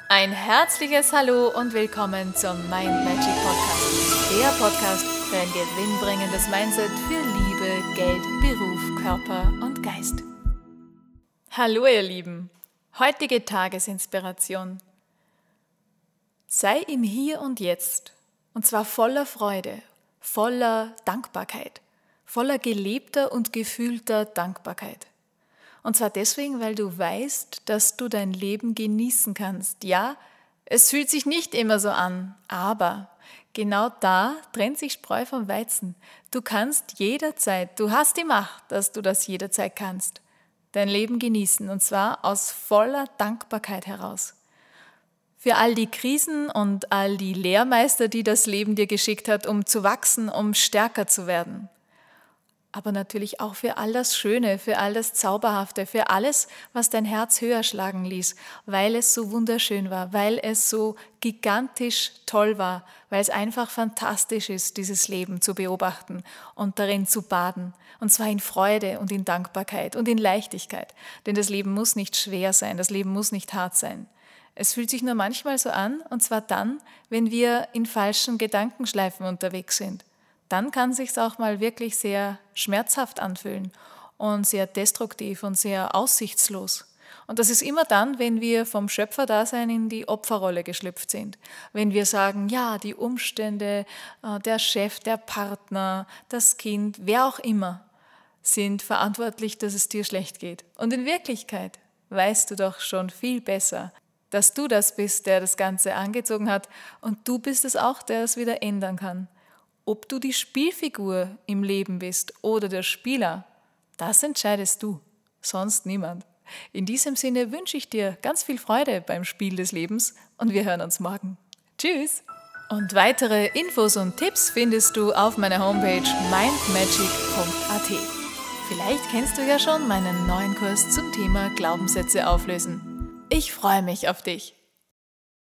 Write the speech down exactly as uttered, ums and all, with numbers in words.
Ein herzliches Hallo und willkommen zum Mind Magic Podcast. Der Podcast für ein gewinnbringendes Mindset für Liebe, Geld, Beruf, Körper und Geist. Hallo ihr Lieben, heutige Tagesinspiration. Sei im Hier und Jetzt und zwar voller Freude, voller Dankbarkeit, voller gelebter und gefühlter Dankbarkeit. Und zwar deswegen, weil du weißt, dass du dein Leben genießen kannst. Ja, es fühlt sich nicht immer so an, aber genau da trennt sich Spreu vom Weizen. Du kannst jederzeit, du hast die Macht, dass du das jederzeit kannst, dein Leben genießen und zwar aus voller Dankbarkeit heraus. Für all die Krisen und all die Lehrmeister, die das Leben dir geschickt hat, um zu wachsen, um stärker zu werden. Aber natürlich auch für all das Schöne, für all das Zauberhafte, für alles, was dein Herz höher schlagen ließ, weil es so wunderschön war, weil es so gigantisch toll war, weil es einfach fantastisch ist, dieses Leben zu beobachten und darin zu baden. Und zwar in Freude und in Dankbarkeit und in Leichtigkeit. Denn das Leben muss nicht schwer sein, das Leben muss nicht hart sein. Es fühlt sich nur manchmal so an, und zwar dann, wenn wir in falschen Gedankenschleifen unterwegs sind. Dann kann es sich auch mal wirklich sehr schmerzhaft anfühlen und sehr destruktiv und sehr aussichtslos. Und das ist immer dann, wenn wir vom Schöpferdasein in die Opferrolle geschlüpft sind. Wenn wir sagen, ja, die Umstände, der Chef, der Partner, das Kind, wer auch immer, sind verantwortlich, dass es dir schlecht geht. Und in Wirklichkeit weißt du doch schon viel besser, dass du das bist, der das Ganze angezogen hat und du bist es auch, der es wieder ändern kann. Ob du die Spielfigur im Leben bist oder der Spieler, das entscheidest du, sonst niemand. In diesem Sinne wünsche ich dir ganz viel Freude beim Spiel des Lebens und wir hören uns morgen. Tschüss! Und weitere Infos und Tipps findest du auf meiner Homepage mind magic punkt a t. Vielleicht kennst du ja schon meinen neuen Kurs zum Thema Glaubenssätze auflösen. Ich freue mich auf dich.